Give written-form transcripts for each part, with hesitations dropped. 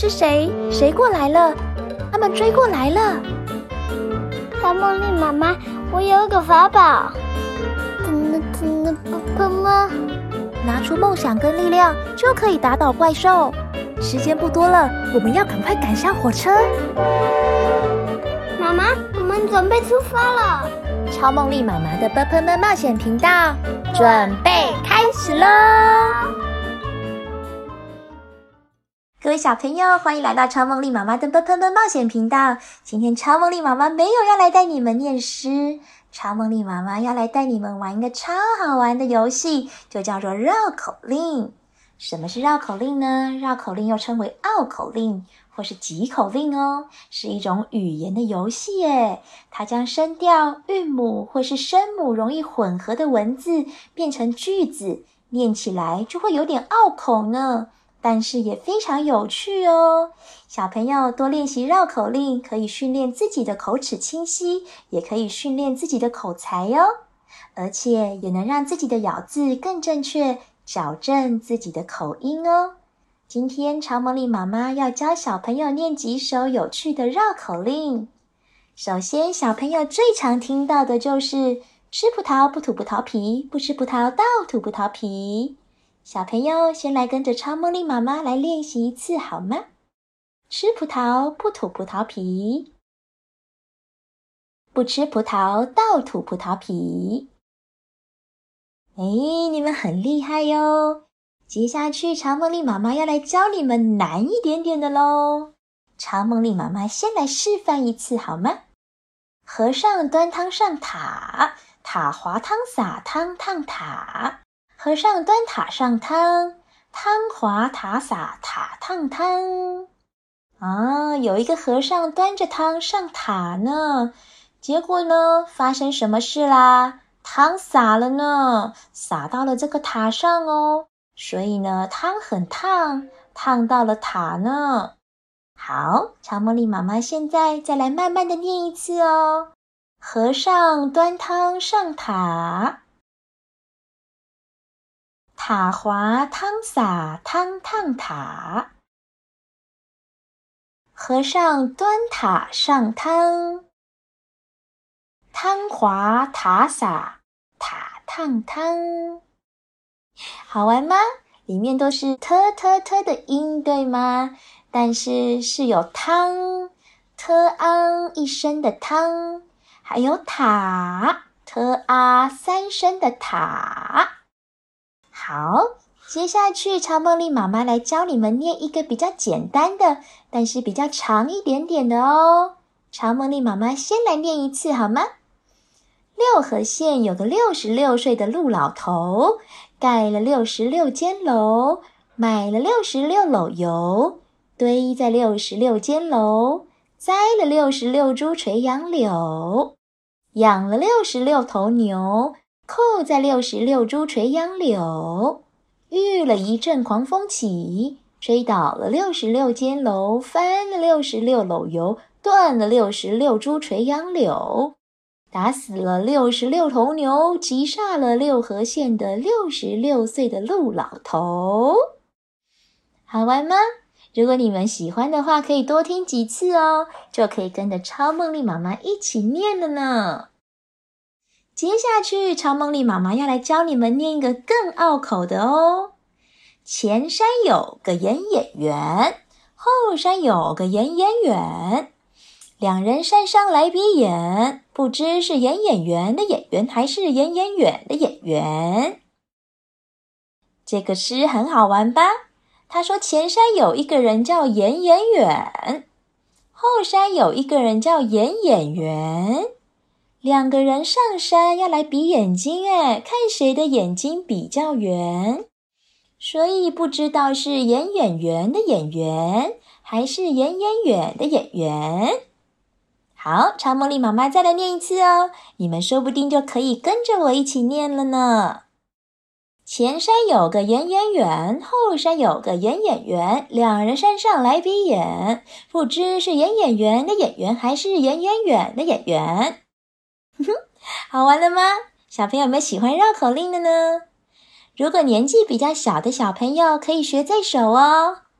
是谁？谁过来了？他们追过来了。 超梦丽妈妈，我有一个法宝。 拿出梦想跟力量，就可以打倒怪兽。时间不多了，我们要赶快赶上火车。 妈妈，我们准备出发了。 超梦丽妈妈的啵啵啵冒险频道，准备开始喽！各位小朋友，欢迎来到超梦丽妈妈的啵啵啵冒险频道。今天超梦丽妈妈没有要来带你们念诗，超梦丽妈妈要来带你们玩一个超好玩的游戏，就叫做绕口令。什么是绕口令呢？绕口令又称为拗口令或是急口令哦，是一种语言的游戏耶。它将声调、韵母或是声母容易混合的文字变成句子，念起来就会有点拗口呢，但是也非常有趣哦。小朋友多练习绕口令，可以训练自己的口齿清晰，也可以训练自己的口才哦，而且也能让自己的咬字更正确，矫正自己的口音哦。今天超梦丽妈妈要教小朋友念几首有趣的绕口令。首先，小朋友最常听到的就是吃葡萄不吐葡萄皮，不吃葡萄倒吐葡萄皮。小朋友先来跟着超梦丽妈妈来练习一次好吗？吃葡萄不吐葡萄皮，不吃葡萄倒吐葡萄皮。你们很厉害哟！接下去超梦丽妈妈要来教你们难一点点的咯。超梦丽妈妈先来示范一次好吗？和尚端汤上塔，塔滑汤洒汤烫塔。和尚端塔上汤，汤滑塔洒塔烫汤。有一个和尚端着汤上塔呢，结果呢，发生什么事啦？汤洒了呢，洒到了这个塔上哦，所以呢，汤很烫，烫到了塔呢。好，超梦丽妈妈现在再来慢慢的念一次哦。和尚端汤上塔，塔滑汤洒汤烫塔。和尚端塔上汤，汤滑塔洒塔烫汤。好玩吗？里面都是特特特的音，对吗？但是是有汤，特昂一声的汤，还有塔，特啊三声的塔。好，接下去超梦丽妈妈来教你们念一个比较简单的，但是比较长一点点的哦。超梦丽妈妈先来念一次好吗？六合县有个66岁的陆老头，盖了66间楼，买了66篓油，堆在66间楼，栽了66株垂杨柳，养了66头牛，扣在66株垂杨柳，遇了一阵狂风起，吹倒了66间楼，翻了66篓油，断了66株垂杨柳，打死了66头牛，击杀了六合县的66岁的陆老头。好玩吗？如果你们喜欢的话，可以多听几次哦，就可以跟着超梦丽妈妈一起念了呢。接下去，超梦丽妈妈要来教你们念一个更拗口的哦。前山有个演演员，后山有个演演员，两人山上来比演，不知是演演员的演员还是演演员的演员。这个诗很好玩吧？他说前山有一个人叫演演员，后山有一个人叫演演员，两个人上山要来比眼睛看谁的眼睛比较圆，所以不知道是演演员的演员还是演演员的演员。好，超梦丽妈妈再来念一次哦，你们说不定就可以跟着我一起念了呢。前山有个演演员，后山有个演演员，两人山上来比演，不知是演演员的演员还是演演员的演员。好玩了吗？小朋友有没有喜欢绕口令的呢？如果年纪比较小的小朋友可以学这首哦。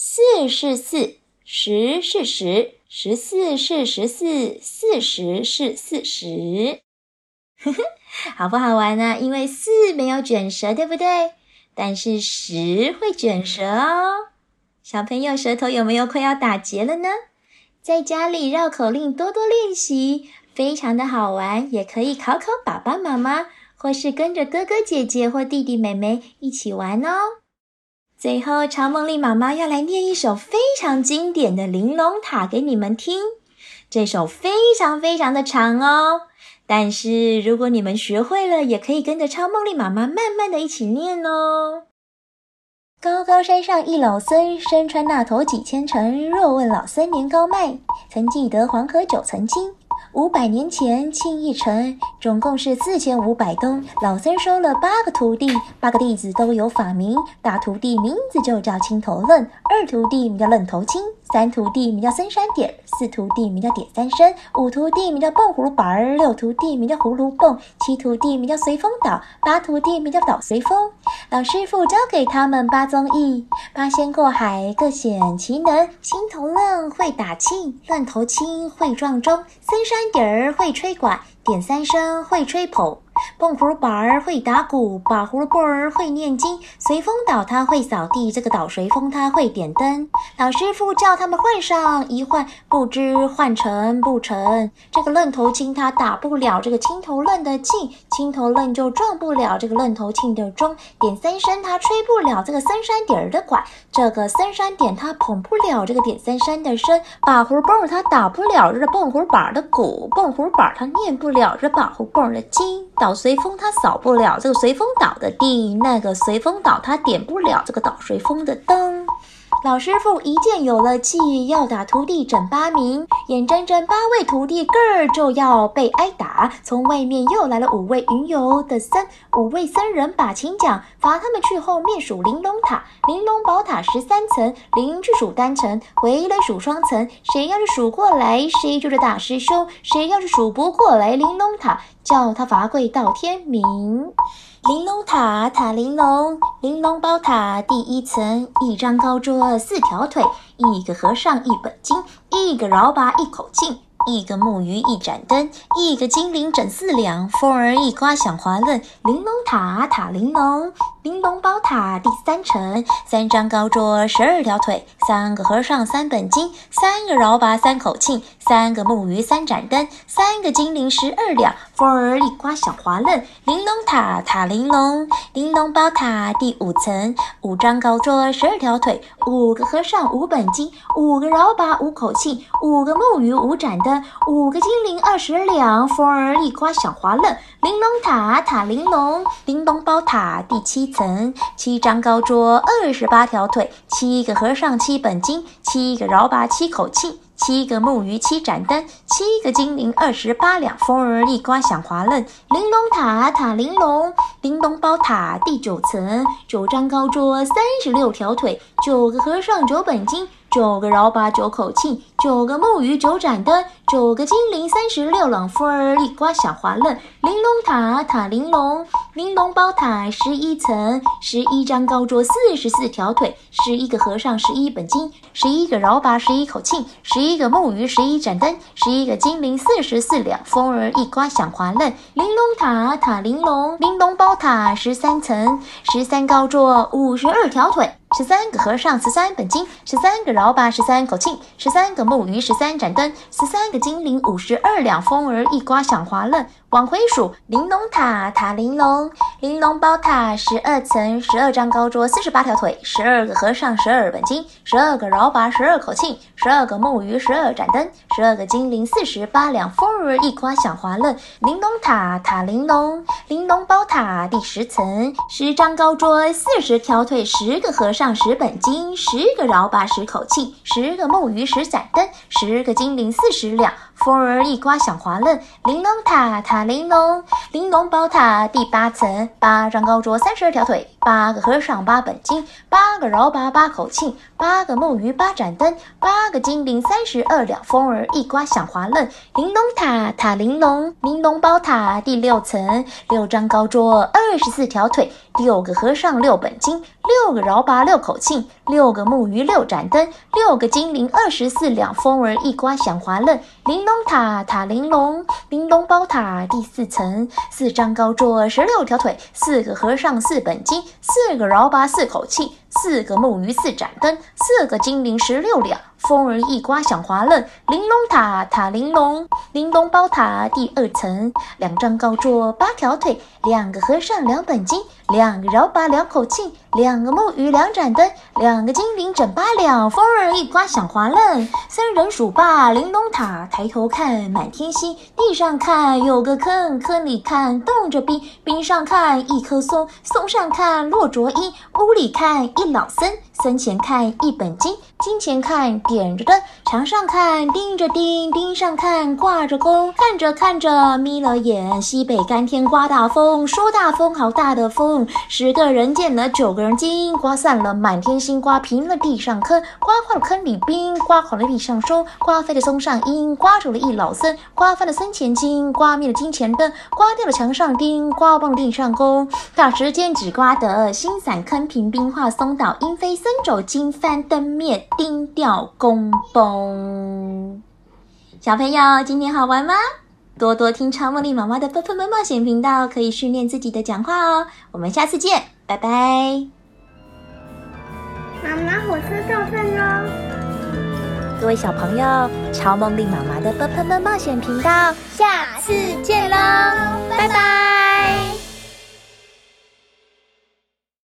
4是4， 10是10， 14是14， 40是40。好不好玩呢？因为4没有卷舌，对不对？但是10会卷舌哦。小朋友舌头有没有快要打结了呢？在家里绕口令多多练习，非常的好玩，也可以考考爸爸妈妈，或是跟着哥哥姐姐或弟弟妹妹一起玩哦。最后，超梦丽妈妈要来念一首非常经典的玲珑塔给你们听。这首非常非常的长哦，但是如果你们学会了，也可以跟着超梦丽妈妈慢慢的一起念哦。高高山上一老僧，身穿那头几千尘。若问老僧年高迈，曾记得黄河9层清。500年前清一城，总共是4500冬。老僧收了8个徒弟，8个弟子都有法名。大徒弟名字就叫青头愣，二徒弟名叫愣头青，三徒弟名叫森山点，四徒弟名叫点三声，五徒弟名叫蹦葫芦板儿，六徒弟名叫葫芦蹦，七徒弟名叫随风倒，八徒弟名叫倒随风。老师傅教给他们8宗艺，八仙过海各显其能。青头愣会打磬，愣头青会撞钟，森山点儿会吹管，点三声会吹捧，蹦葫芦板儿会打鼓，把葫芦蹦儿会念经，随风倒他会扫地，这个倒随风他会点灯。老师傅叫他们换上一换，不知换成不成。这个愣头青他打不了这个青头愣的磬，青头愣就撞不了这个愣头青的钟，点三声他吹不了这个森山点儿的管，这个森山点他捧不了这个点三山的声，把葫芦蹦儿他打不了这个蹦葫芦板儿的鼓，蹦葫芦板儿他念不了这把葫芦蹦儿的经，倒随风他扫不了这个随风倒的地，那个随风倒他点不了这个倒随风的灯。老师傅一见有了计，要打徒弟整8名，眼睁睁8位徒弟个儿就要被挨打。从外面又来了5位云游的僧，5位僧人把琴讲，罚他们去后面数玲珑塔。玲珑宝塔13层，邻去数单层，回来数双层。谁要是数过来，谁就是大师兄；谁要是数不过来玲珑塔，叫他罚跪到天明。玲珑塔塔玲珑，玲珑宝塔第1层，一张高桌4条腿，一个和尚1本经，一个饶拔1口磬，一个木鱼1盏灯，一个金铃整4两，风儿一刮响滑楞。玲珑塔塔玲珑，玲珑宝塔第3层，3张高桌12条腿，3个和尚3本经，3个饶拔3口磬，3个木鱼3盏灯，3个金铃12两，风儿一刮响滑楞。玲珑塔塔玲珑，玲珑宝塔第5层，5张高桌12条腿，5个和尚5本经，5个饶拔5口磬，5个木鱼5盏灯，5个金铃20两，风儿一刮响滑楞。玲珑塔塔玲珑，玲珑宝塔第7层，7张高桌28条腿，7个和尚7本经，7个饶拔7口磬，7个木鱼7盏灯，7个金铃28两，风儿一刮响滑楞。玲珑塔塔玲珑，玲珑宝塔第9层，9张高桌36条腿，9个和尚9本经，9个饶拔9口磬，9个木鱼9盏灯，9个金铃36两，风儿一刮响滑楞。玲珑塔塔玲珑，玲珑宝塔11层，11张高桌44条腿，11个和尚11本经，11个饶拔11口磬，11个木鱼11盏灯，11个金铃44两，风儿一刮响滑楞。玲珑塔塔玲珑，玲珑宝塔13层，13高桌52条腿，13个和尚13本经，13个饶拔13口磬，13个木鱼13盏灯，13个金铃52两，风儿一刮响滑楞。往回数，玲珑塔塔玲珑，玲珑宝塔12层，12张高桌48条腿，12个和尚12本经，12个饶拔12口磬，12个木鱼12盏灯，12个金铃48两，风儿一刮响滑楞。玲珑塔塔玲珑，玲珑宝塔第10层，10张高桌40条腿，10个和尚10本经，10个饶拔10口磬，10个木鱼10盏灯，10个金铃40两，风儿一刮响滑楞。玲珑塔塔玲珑，玲珑宝塔第8层，8张高桌32条腿，8个和尚8本经，8个饶拔8口磬，8个木鱼8盏灯，8个金铃32两，风儿一刮响滑楞。玲珑塔塔玲珑，玲珑宝塔第6层，6张高桌24条腿 6个和尚6本经，6个饶拔6口磬，6个木鱼6盏灯，6个金铃24两，风儿一刮响滑楞。玲珑塔塔玲珑，玲珑宝塔第4层，4张高桌16条腿，4个和尚4本经，4个饶拔4口磬，4个木鱼4盏灯，4个金铃16两，风儿一刮响滑楞。玲珑塔塔玲珑，玲珑宝塔第2层，2张高桌8条腿，2个和尚2本经，2个饶拔2口磬，2个木鱼2盏灯，2个金铃整8两，风儿一刮响滑楞。3人数罢玲珑塔，抬头看满天星，地上看有个坑，坑里看冻着冰，冰上看一棵松，松上看落着衣，屋里看一老僧，僧前看一本经，经前看点着灯，墙上看钉着钉，钉上看挂着弓，看着看着眯了眼，西北干天刮大风，说大风好大的风，10个人见了9个人惊，刮散了满天星，刮平了地上坑，刮坏了坑里冰，刮好了地上松，刮飞了松上鹰，刮走了一老僧，刮翻了僧前经，刮灭了经前灯，刮掉了墙上钉，刮忘了地上弓，大时间只刮得星散坑平，冰化松倒鹰飞僧走，经翻灯灭，钉掉弓崩。小朋友，今天好玩吗？多多听超梦莉妈妈的笨笨们冒险频道，可以训练自己的讲话哦。我们下次见，拜拜。 妈妈，火车到站喽！ 各位小朋友，超梦莉妈妈的笨笨们冒险频道， 下次见喽，拜拜。